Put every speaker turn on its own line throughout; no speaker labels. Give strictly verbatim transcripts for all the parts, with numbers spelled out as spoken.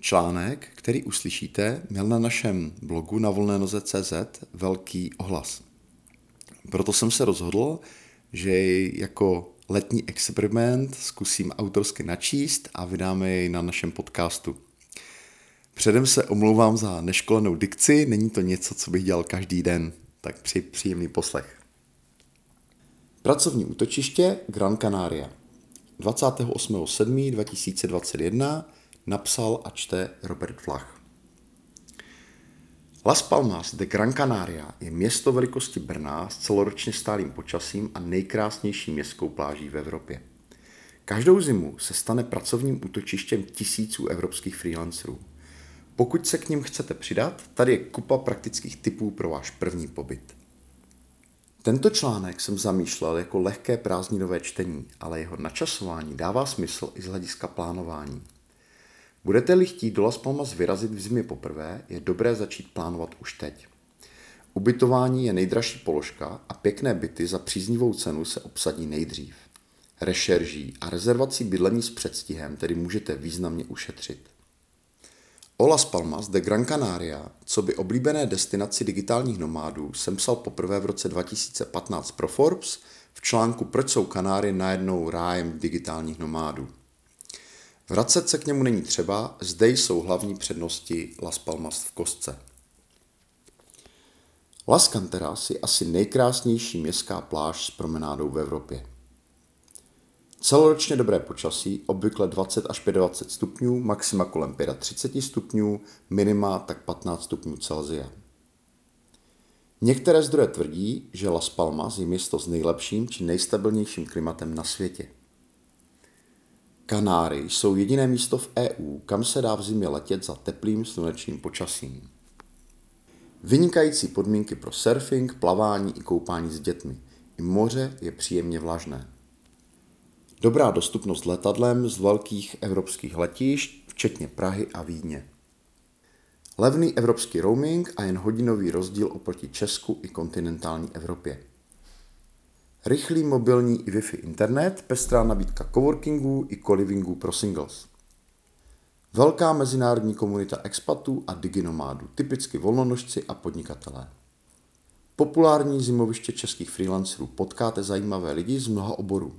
Článek, který uslyšíte, měl na našem blogu na volné noze tečka cé zet velký ohlas. Proto jsem se rozhodl, že jej jako letní experiment zkusím autorsky načíst a vydáme jej na našem podcastu. Předem se omlouvám za neškolenou dikci, není to něco, co bych dělal každý den, tak při příjemný poslech. Pracovní útočiště Gran Canaria. dvacátého osmého sedmého dva tisíce dvacet jedna napsal a čte Robert Vlach. Las Palmas de Gran Canaria je město velikosti Brna s celoročně stálým počasím a nejkrásnější městskou pláží v Evropě. Každou zimu se stane pracovním útočištěm tisíců evropských freelancerů. Pokud se k nim chcete přidat, tady je kupa praktických tipů pro váš první pobyt. Tento článek jsem zamýšlel jako lehké prázdninové čtení, ale jeho načasování dává smysl i z hlediska plánování. Budete-li chtít do Las Palmas vyrazit v zimě poprvé, je dobré začít plánovat už teď. Ubytování je nejdražší položka a pěkné byty za příznivou cenu se obsadí nejdřív. Rešerží a rezervací bydlení s předstihem tedy můžete významně ušetřit. O Las Palmas de Gran Canaria, co by oblíbené destinaci digitálních nomádů, jsem psal poprvé v roce dva tisíce patnáct pro Forbes v článku Proč jsou Kanáry najednou rájem digitálních nomádů. Vracet se k němu není třeba, zde jsou hlavní přednosti Las Palmas v kostce. Las Canteras je asi nejkrásnější městská pláž s promenádou v Evropě. Celoročně dobré počasí, obvykle dvacet až dvacet pět stupňů, maxima kolem třicet pět stupňů, minima tak patnáct stupňů Celsia. Některé zdroje tvrdí, že Las Palmas je město s nejlepším či nejstabilnějším klimatem na světě. Kanáry jsou jediné místo v E U, kam se dá v zimě letět za teplým slunečným počasím. Vynikající podmínky pro surfing, plavání i koupání s dětmi. I moře je příjemně vlažné. Dobrá dostupnost letadlem z velkých evropských letišť, včetně Prahy a Vídně. Levný evropský roaming a jen hodinový rozdíl oproti Česku i kontinentální Evropě. Rychlý mobilní i Wi-Fi internet, pestrá nabídka coworkingů i co-livingů pro singles. Velká mezinárodní komunita expatů a diginomádů, typicky volnonožci a podnikatelé. Populární zimoviště českých freelancerů, potkáte zajímavé lidi z mnoha oborů.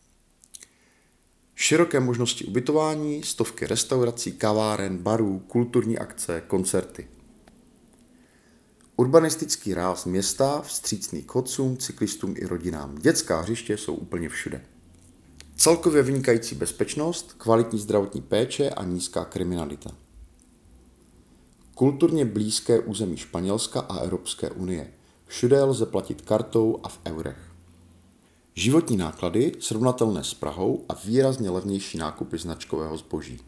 Široké možnosti ubytování, stovky restaurací, kaváren, barů, kulturní akce, koncerty. Urbanistický ráz města, vstřícný k chodcům, cyklistům i rodinám. Dětská hřiště jsou úplně všude. Celkově vynikající bezpečnost, kvalitní zdravotní péče a nízká kriminalita. Kulturně blízké území Španělska a Evropské unie. Všude lze platit kartou a v eurech. Životní náklady srovnatelné s Prahou a výrazně levnější nákupy značkového zboží.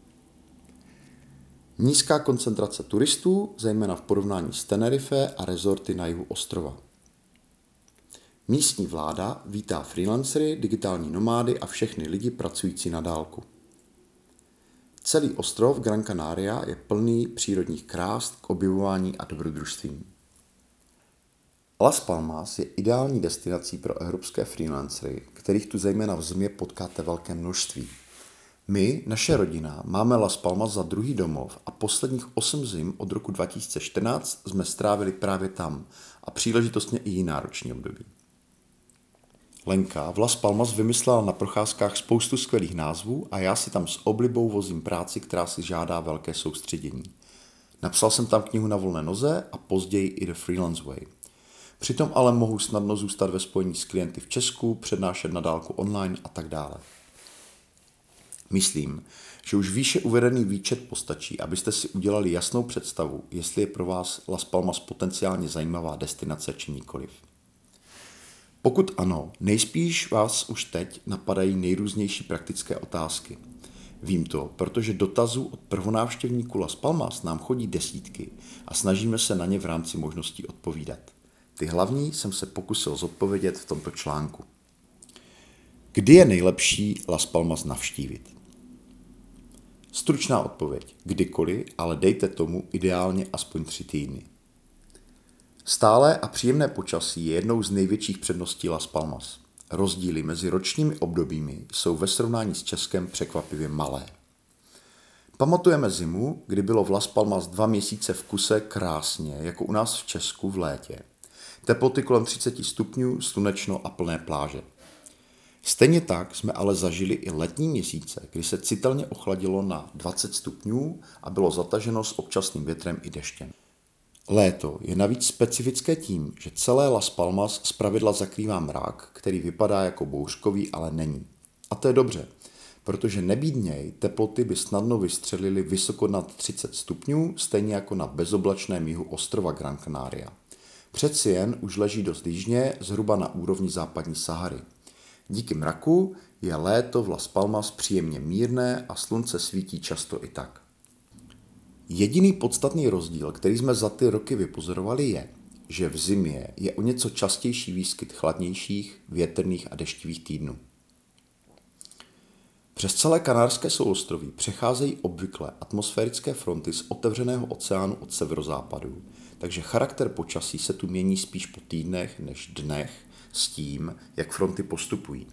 Nízká koncentrace turistů, zejména v porovnání s Tenerife a rezorty na jihu ostrova. Místní vláda vítá freelancery, digitální nomády a všechny lidi pracující na dálku. Celý ostrov Gran Canaria je plný přírodních krás k objevování a dobrodružstvím. Las Palmas je ideální destinací pro evropské freelancery, kterých tu zejména v zimě potkáte velké množství. My, naše rodina, máme Las Palmas za druhý domov a posledních osm zim od roku dva tisíce čtrnáct jsme strávili právě tam a příležitostně i jiná roční období. Lenka v Las Palmas vymyslela na procházkách spoustu skvělých názvů a já si tam s oblibou vozím práci, která si žádá velké soustředění. Napsal jsem tam knihu Na volné noze a později i The Freelance Way. Přitom ale mohu snadno zůstat ve spojení s klienty v Česku, přednášet na dálku online a tak dále. Myslím, že už výše uvedený výčet postačí, abyste si udělali jasnou představu, jestli je pro vás Las Palmas potenciálně zajímavá destinace či nikoliv. Pokud ano, nejspíš vás už teď napadají nejrůznější praktické otázky. Vím to, protože dotazů od prvonávštěvníků Las Palmas nám chodí desítky a snažíme se na ně v rámci možností odpovídat. Ty hlavní jsem se pokusil zodpovědět v tomto článku. Kdy je nejlepší Las Palmas navštívit? Stručná odpověď. Kdykoliv, ale dejte tomu ideálně aspoň tři týdny. Stálé a příjemné počasí je jednou z největších předností Las Palmas. Rozdíly mezi ročními obdobími jsou ve srovnání s Českem překvapivě malé. Pamatujeme zimu, kdy bylo v Las Palmas dva měsíce v kuse krásně, jako u nás v Česku v létě. Teploty kolem třicet stupňů, slunečno a plné pláže. Stejně tak jsme ale zažili i letní měsíce, kdy se citelně ochladilo na dvacet stupňů a bylo zataženo s občasným větrem i deštěm. Léto je navíc specifické tím, že celé Las Palmas zpravidla zakrývá mrak, který vypadá jako bouřkový, ale není. A to je dobře, protože nebýt něj, teploty by snadno vystřelily vysoko nad třicet stupňů, stejně jako na bezoblačném jihu ostrova Gran Canaria. Přeci jen už leží dost jižně, zhruba na úrovni západní Sahary. Díky mraku je léto v Las Palmas příjemně mírné a slunce svítí často i tak. Jediný podstatný rozdíl, který jsme za ty roky vypozorovali, je, že v zimě je o něco častější výskyt chladnějších, větrných a deštivých týdnů. Přes celé Kanárské souostroví přecházejí obvykle atmosférické fronty z otevřeného oceánu od severozápadu, takže charakter počasí se tu mění spíš po týdnech než dnech s tím, jak fronty postupují.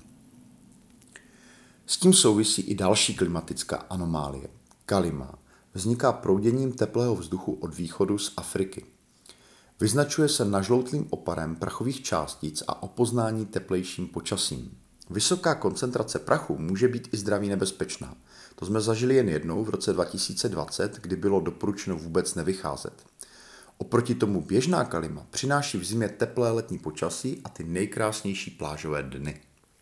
S tím souvisí i další klimatická anomálie. Kalima vzniká prouděním teplého vzduchu od východu z Afriky. Vyznačuje se nažloutlým oparem prachových částic a opoznání teplejším počasím. Vysoká koncentrace prachu může být i zdraví nebezpečná. To jsme zažili jen jednou v roce dva tisíce dvacet, kdy bylo doporučeno vůbec nevycházet. Oproti tomu běžná kalima přináší v zimě teplé letní počasí a ty nejkrásnější plážové dny.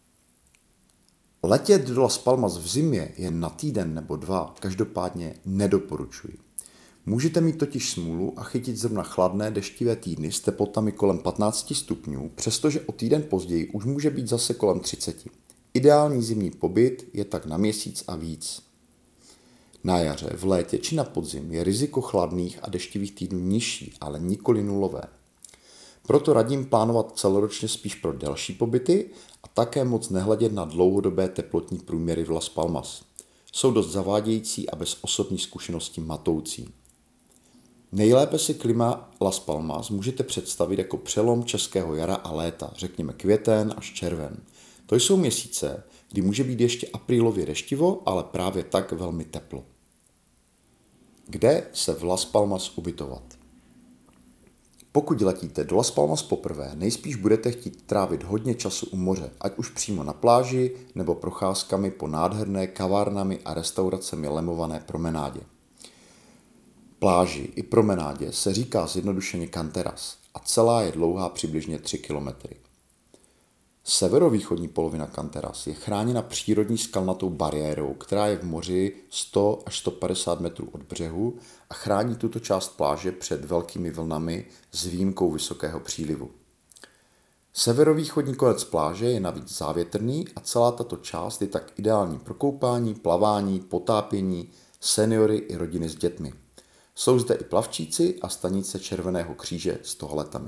Letět do Las Palmas v zimě jen na týden nebo dva každopádně nedoporučuji. Můžete mít totiž smůlu a chytit zrovna chladné deštivé týdny s teplotami kolem patnáct stupňů, přestože o týden později už může být zase kolem třicet. Ideální zimní pobyt je tak na měsíc a víc. Na jaře, v létě či na podzim je riziko chladných a deštivých týdnů nižší, ale nikoli nulové. Proto radím plánovat celoročně spíš pro delší pobyty a také moc nehledět na dlouhodobé teplotní průměry v Las Palmas. Jsou dost zavádějící a bez osobní zkušenosti matoucí. Nejlépe si klima Las Palmas můžete představit jako přelom českého jara a léta, řekněme květen až červen. To jsou měsíce, kdy může být ještě aprílově deštivo, ale právě tak velmi teplo. Kde se v Las Palmas ubytovat? Pokud letíte do Las Palmas poprvé, nejspíš budete chtít trávit hodně času u moře, ať už přímo na pláži nebo procházkami po nádherné kavárnami a restauracemi lemované promenádě. Pláži i promenádě se říká zjednodušeně Canteras a celá je dlouhá přibližně tři kilometry. Severovýchodní polovina Canteras je chráněna přírodní skalnatou bariérou, která je v moři sto až sto padesát metrů od břehu a chrání tuto část pláže před velkými vlnami s výjimkou vysokého přílivu. Severovýchodní konec pláže je navíc závětrný a celá tato část je tak ideální pro koupání, plavání, potápění, seniory i rodiny s dětmi. Jsou zde i plavčíci a stanice Červeného kříže s toaletami.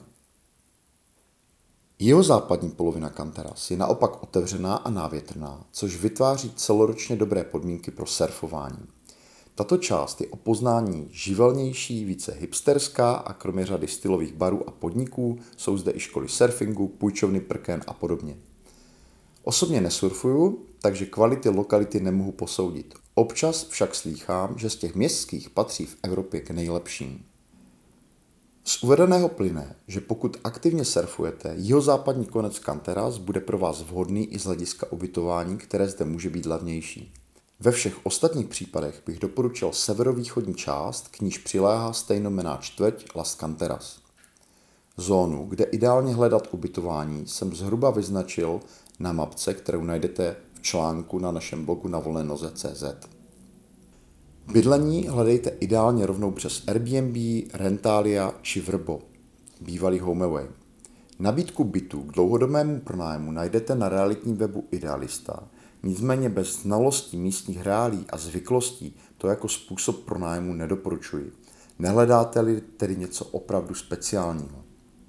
Jihozápadní polovina Canteras je naopak otevřená a návětrná, což vytváří celoročně dobré podmínky pro surfování. Tato část je o poznání živelnější, více hipsterská a kromě řady stylových barů a podniků jsou zde i školy surfingu, půjčovny prken a podobně. Osobně nesurfuju, takže kvality lokality nemohu posoudit. Občas však slýchám, že z těch městských patří v Evropě k nejlepším. Z uvedeného plyne, že pokud aktivně surfujete, jihozápadní konec Canteras bude pro vás vhodný i z hlediska ubytování, které zde může být levnější. Ve všech ostatních případech bych doporučil severovýchodní část, k níž přiléhá stejnojmenná čtvrť Las Canteras. Zónu, kde ideálně hledat ubytování, jsem zhruba vyznačil na mapce, kterou najdete v článku na našem blogu na volné noze tečka cé zet. Bydlení hledejte ideálně rovnou přes Airbnb, Rentalia či Vrbo, bývalý HomeAway. Nabídku bytů k dlouhodobému pronájmu najdete na realitním webu Idealista, nicméně bez znalostí místních reálí a zvyklostí to jako způsob pronájmu nedoporučuji. Nehledáte-li tedy něco opravdu speciálního.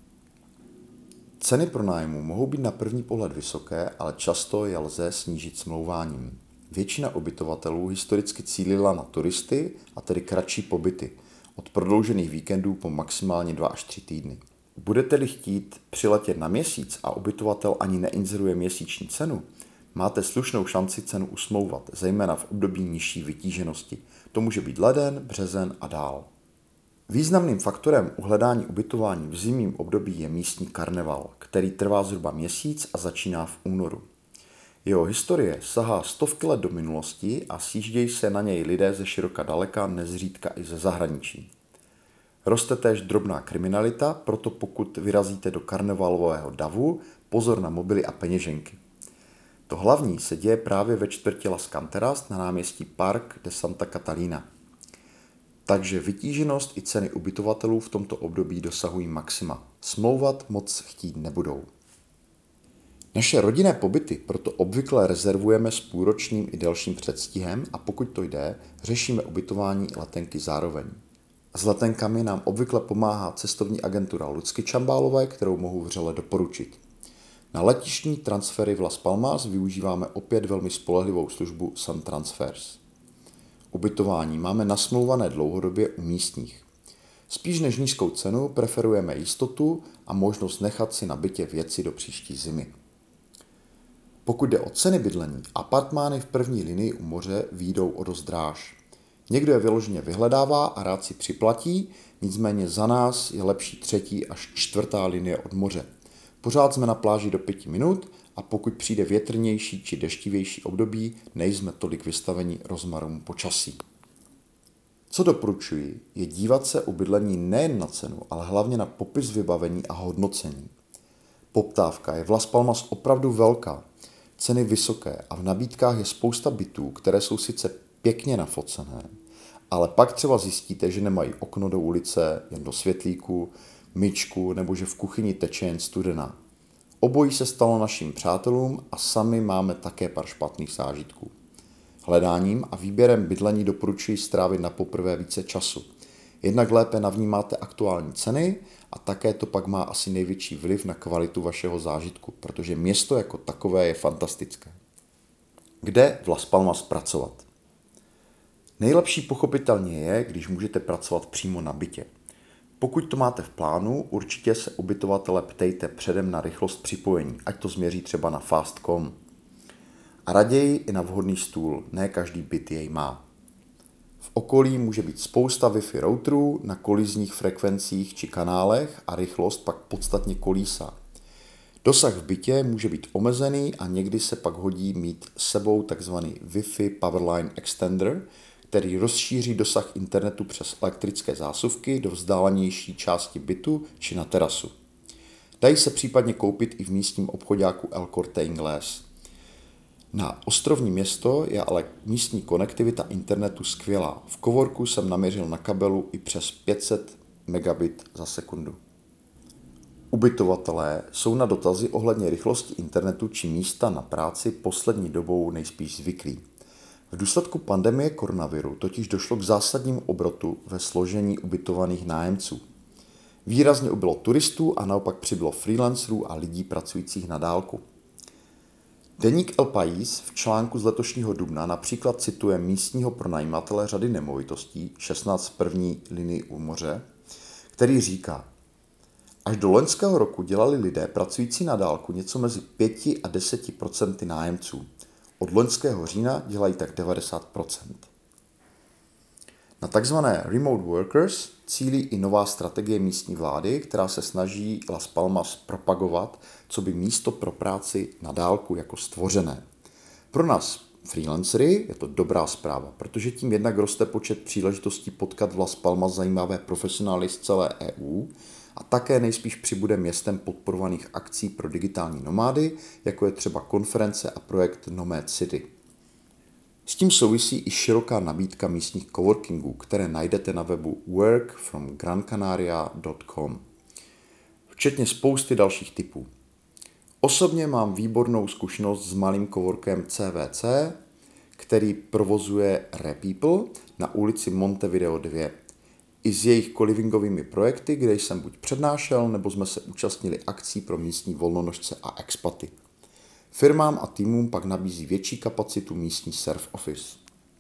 Ceny pronájmu mohou být na první pohled vysoké, ale často je lze snížit smlouváním. Většina ubytovatelů historicky cílila na turisty, a tedy kratší pobyty, od prodloužených víkendů po maximálně dva až tři týdny. Budete-li chtít přiletět na měsíc a ubytovatel ani neinzeruje měsíční cenu, máte slušnou šanci cenu usmlouvat, zejména v období nižší vytíženosti. To může být leden, březen a dál. Významným faktorem u hledání ubytování v zimním období je místní karneval, který trvá zhruba měsíc a začíná v únoru. Jeho historie sahá stovky let do minulosti a sjíždějí se na něj lidé ze široka daleka, nezřídka i ze zahraničí. Roste též drobná kriminalita, proto pokud vyrazíte do karnevalového davu, pozor na mobily a peněženky. To hlavní se děje právě ve čtvrti Las Canteras na náměstí Park de Santa Catalina. Takže vytíženost i ceny ubytovatelů v tomto období dosahují maxima. Smlouvat moc chtít nebudou. Naše rodinné pobyty proto obvykle rezervujeme s půlročním i delším předstihem a pokud to jde, řešíme ubytování letenky zároveň. S letenkami nám obvykle pomáhá cestovní agentura Lucky Čambálové, kterou mohu vřele doporučit. Na letištní transfery v Las Palmas využíváme opět velmi spolehlivou službu Sun Transfers. Ubytování máme nasmlouvané dlouhodobě u místních. Spíš než nízkou cenu preferujeme jistotu a možnost nechat si na bytě věci do příští zimy. Pokud jde o ceny bydlení, apartmány v první linii u moře vyjdou o dost dráž. Někdo je vyloženě vyhledává a rád si připlatí, nicméně za nás je lepší třetí až čtvrtá linie od moře. Pořád jsme na pláži do pěti minut a pokud přijde větrnější či deštivější období, nejsme tolik vystaveni rozmarům počasí. Co doporučuji, je dívat se u bydlení nejen na cenu, ale hlavně na popis vybavení a hodnocení. Poptávka je v Las Palmas opravdu velká, ceny vysoké a v nabídkách je spousta bytů, které jsou sice pěkně nafocené, ale pak třeba zjistíte, že nemají okno do ulice, jen do světlíku, myčku nebo že v kuchyni teče jen studená. Obojí se stalo našim přátelům a sami máme také pár špatných zážitků. Hledáním a výběrem bydlení doporučuji strávit na poprvé více času. Jednak lépe navnímáte aktuální ceny a také to pak má asi největší vliv na kvalitu vašeho zážitku, protože město jako takové je fantastické. Kde v Las Palmas pracovat? Nejlepší pochopitelně je, když můžete pracovat přímo na bytě. Pokud to máte v plánu, určitě se ubytovatele ptejte předem na rychlost připojení, ať to změří třeba na fast tečka com. A raději i na vhodný stůl, ne každý byt jej má. V okolí může být spousta Wi-Fi routerů na kolizních frekvencích či kanálech a rychlost pak podstatně kolísá. Dosah v bytě může být omezený a někdy se pak hodí mít s sebou tzv. Wi-Fi Powerline Extender, který rozšíří dosah internetu přes elektrické zásuvky do vzdálenější části bytu či na terasu. Dají se případně koupit i v místním obchodáku El Corte Inglés. Na ostrovní město je ale místní konektivita internetu skvělá. V coworku jsem naměřil na kabelu i přes pět set megabit za sekundu. Ubytovatelé jsou na dotazy ohledně rychlosti internetu či místa na práci poslední dobou nejspíš zvyklí. V důsledku pandemie koronaviru totiž došlo k zásadnímu obrotu ve složení ubytovaných nájemců. Výrazně ubylo turistů a naopak přibylo freelancerů a lidí pracujících na dálku. Deník El País v článku z letošního dubna například cituje místního pronajímatele řady nemovitostí, šestnáct v první linii u moře, který říká: až do loňského roku dělali lidé pracující na dálku něco mezi pět a deset procent nájemců. Od loňského října dělají tak devadesát procent. Na takzvané remote workers cílí i nová strategie místní vlády, která se snaží Las Palmas propagovat, co by místo pro práci na dálku jako stvořené. Pro nás freelancery je to dobrá zpráva, protože tím jednak roste počet příležitostí potkat v Las Palmas zajímavé profesionály z celé E U a také nejspíš přibude městem podporovaných akcí pro digitální nomády, jako je třeba konference a projekt Nomad City. S tím souvisí i široká nabídka místních coworkingů, které najdete na webu work from gran canaria tečka com, včetně spousty dalších typů. Osobně mám výbornou zkušenost s malým coworkem C V C, který provozuje Repeople na ulici Montevideo dva. I s jejich kolivingovými projekty, kde jsem buď přednášel, nebo jsme se účastnili akcí pro místní volnonožce a expaty. Firmám a týmům pak nabízí větší kapacitu místní serve office.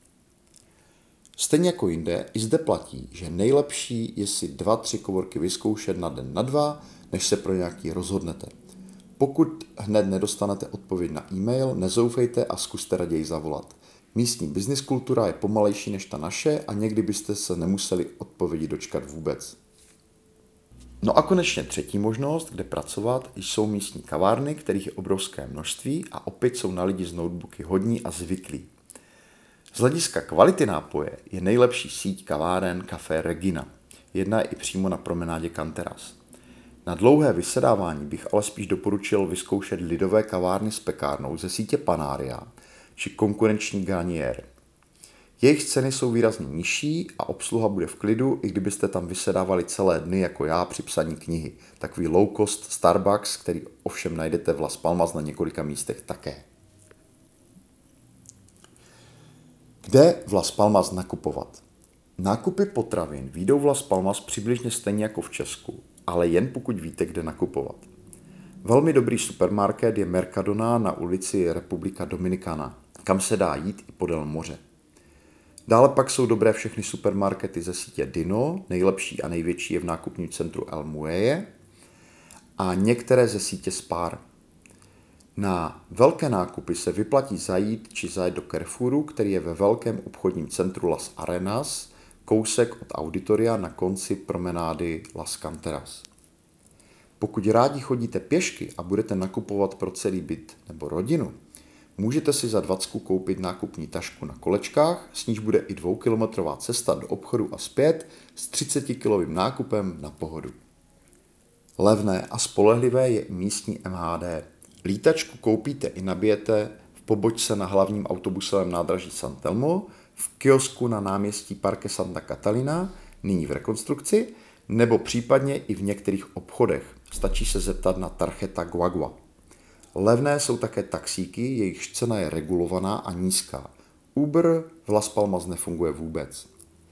Stejně jako jinde, i zde platí, že nejlepší je si dva, tři coworky vyzkoušet na den na dva, než se pro nějaký rozhodnete. Pokud hned nedostanete odpověď na e-mail, nezoufejte a zkuste raději zavolat. Místní business kultura je pomalejší než ta naše a někdy byste se nemuseli odpovědi dočkat vůbec. No a konečně třetí možnost, kde pracovat, jsou místní kavárny, kterých je obrovské množství a opět jsou na lidi z notebooky hodní a zvyklí. Z hlediska kvality nápoje je nejlepší síť kaváren Café Regina. Jedna je i přímo na promenádě Canteras. Na dlouhé vysedávání bych ale spíš doporučil vyzkoušet lidové kavárny s pekárnou ze sítě Panaria či konkurenční Garnier. Jejich ceny jsou výrazně nižší a obsluha bude v klidu, i kdybyste tam vysedávali celé dny jako já při psaní knihy. Takový low cost Starbucks, který ovšem najdete v Las Palmas na několika místech také. Kde v Las Palmas nakupovat? Nákupy potravin vyjdou v Las Palmas přibližně stejně jako v Česku, ale jen pokud víte, kde nakupovat. Velmi dobrý supermarket je Mercadona na ulici Republika Dominicana, kam se dá jít i podél moře. Dále pak jsou dobré všechny supermarkety ze sítě Dino, nejlepší a největší je v nákupním centru El Muelle a některé ze sítě Spar. Na velké nákupy se vyplatí zajít či zajet do Carrefouru, který je ve velkém obchodním centru Las Arenas, kousek od auditoria na konci promenády Las Canteras. Pokud rádi chodíte pěšky a budete nakupovat pro celý byt nebo rodinu, můžete si za dvacku koupit nákupní tašku na kolečkách, s níž bude i dvoukilometrová cesta do obchodu a zpět s třicetikilovým nákupem na pohodu. Levné a spolehlivé je i místní M H D. Lítačku koupíte i nabijete v pobočce na hlavním autobusovém nádraží San Telmo, v kiosku na náměstí Parque Santa Catalina, nyní v rekonstrukci, nebo případně i v některých obchodech. Stačí se zeptat na Tarjeta Guagua. Levné jsou také taxíky, jejichž cena je regulovaná a nízká. Uber v Las Palmas nefunguje vůbec.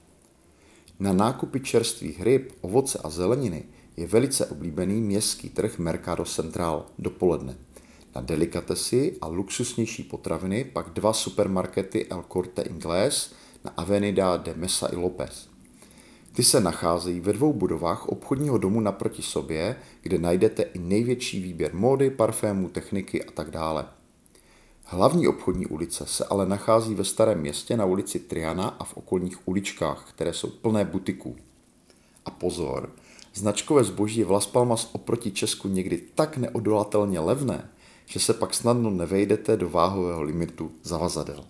Na nákupy čerstvých ryb, ovoce a zeleniny je velice oblíbený městský trh Mercado Central dopoledne. Na delikatesy a luxusnější potraviny pak dva supermarkety El Corte Inglés na Avenida de Mesa y López. Ty se nacházejí ve dvou budovách obchodního domu naproti sobě, kde najdete i největší výběr módy, parfémů, techniky a tak dále. Hlavní obchodní ulice se ale nachází ve starém městě na ulici Triana a v okolních uličkách, které jsou plné butiků. A pozor, značkové zboží je v Las Palmas oproti Česku někdy tak neodolatelně levné, že se pak snadno nevejdete do váhového limitu zavazadel.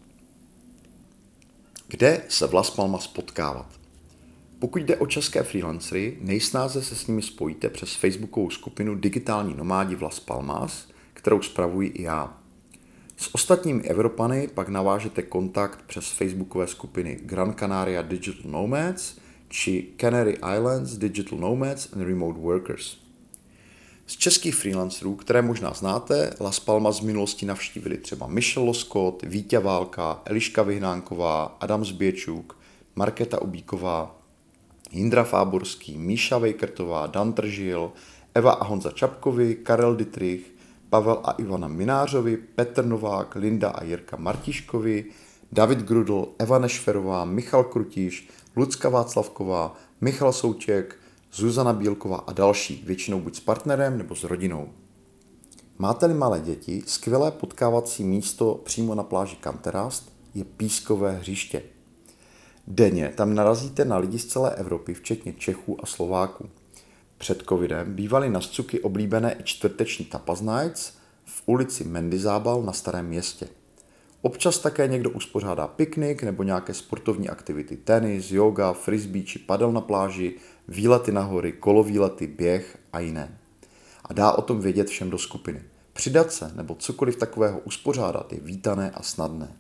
Kde se v Las Palmas potkávat? Pokud jde o české freelancery, nejsnáze se s nimi spojíte přes facebookovou skupinu Digitální nomádi v Las Palmas, kterou spravuji i já. S ostatními Evropany pak navážete kontakt přes facebookové skupiny Gran Canaria Digital Nomads či Canary Islands Digital Nomads and Remote Workers. Z českých freelancerů, které možná znáte, Las Palmas z minulosti navštívili třeba Michel Loskot, Vítě Válka, Eliška Vyhnánková, Adam Zběčuk, Markéta Ubíková, Jindra Fáborský, Míša Vejkrtová, Dan Tržil, Eva a Honza Čapkovi, Karel Dittrich, Pavel a Ivana Minářovi, Petr Novák, Linda a Jirka Martiškovi, David Grudl, Eva Nešferová, Michal Krutíš, Lucka Václavková, Michal Souček, Zuzana Bílková a další, většinou buď s partnerem nebo s rodinou. Máte-li malé děti, skvělé potkávací místo přímo na pláži Canteras je pískové hřiště. Denně tam narazíte na lidi z celé Evropy, včetně Čechů a Slováků. Před covidem bývaly na Scuky oblíbené i čtvrteční tapas nights v ulici Mendizábal na Starém městě. Občas také někdo uspořádá piknik nebo nějaké sportovní aktivity, tenis, yoga, frisbee či padel na pláži, výlety na hory, kolovýlety, běh a jiné. A dá o tom vědět všem do skupiny. Přidat se nebo cokoliv takového uspořádat je vítané a snadné.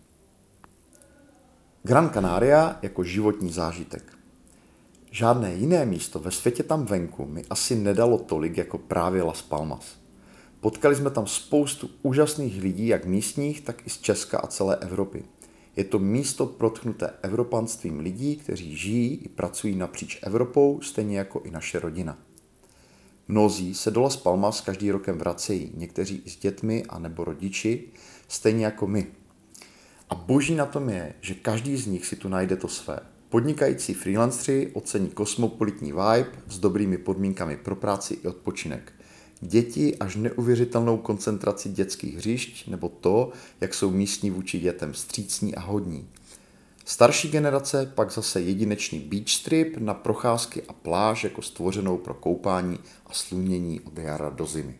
Gran Canaria jako životní zážitek. Žádné jiné místo ve světě tam venku mi asi nedalo tolik jako právě Las Palmas. Potkali jsme tam spoustu úžasných lidí, jak místních, tak i z Česka a celé Evropy. Je to místo protchnuté evropanstvím lidí, kteří žijí i pracují napříč Evropou, stejně jako i naše rodina. Mnozí se do Las Palmas každý rokem vracejí, někteří i s dětmi a nebo rodiči, stejně jako my. A boží na tom je, že každý z nich si tu najde to své. Podnikající freelancři ocení kosmopolitní vibe s dobrými podmínkami pro práci i odpočinek. Děti až neuvěřitelnou koncentraci dětských hřišť nebo to, jak jsou místní vůči dětem vstřícní a hodní. Starší generace pak zase jedinečný beach strip na procházky a pláž jako stvořenou pro koupání a slunění od jara do zimy.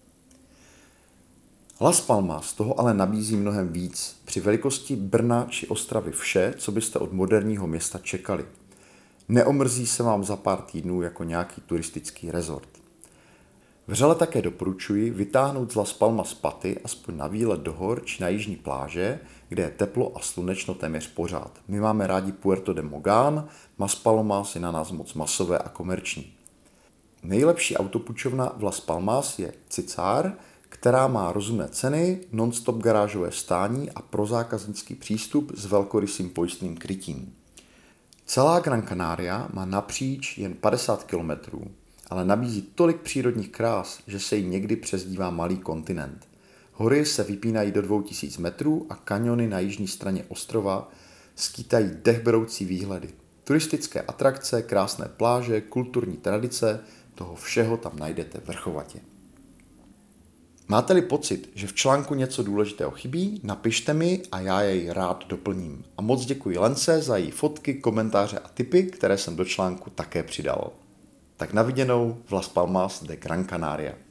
Las Palmas toho ale nabízí mnohem víc, při velikosti Brna či Ostravy vše, co byste od moderního města čekali. Neomrzí se vám za pár týdnů jako nějaký turistický rezort. Vřele také doporučuji vytáhnout z Las Palmas paty aspoň na výlet do hor či na jižní pláže, kde je teplo a slunečno téměř pořád. My máme rádi Puerto de Mogán, Las Palmas je na nás moc masové a komerční. Nejlepší autopůjčovna v Las Palmas je Cizar, která má rozumné ceny, non-stop garážové stání a prozákaznický přístup s velkorysým pojistným krytím. Celá Gran Canaria má napříč jen padesát kilometrů, ale nabízí tolik přírodních krás, že se jí někdy přezdívá malý kontinent. Hory se vypínají do dvou tisíc metrů a kaňony na jižní straně ostrova skýtají dechberoucí výhledy. Turistické atrakce, krásné pláže, kulturní tradice, toho všeho tam najdete vrchovatě. Máte-li pocit, že v článku něco důležitého chybí, napište mi a já jej rád doplním. A moc děkuji Lence za její fotky, komentáře a tipy, které jsem do článku také přidal. Tak na viděnou v Las Palmas de Gran Canaria.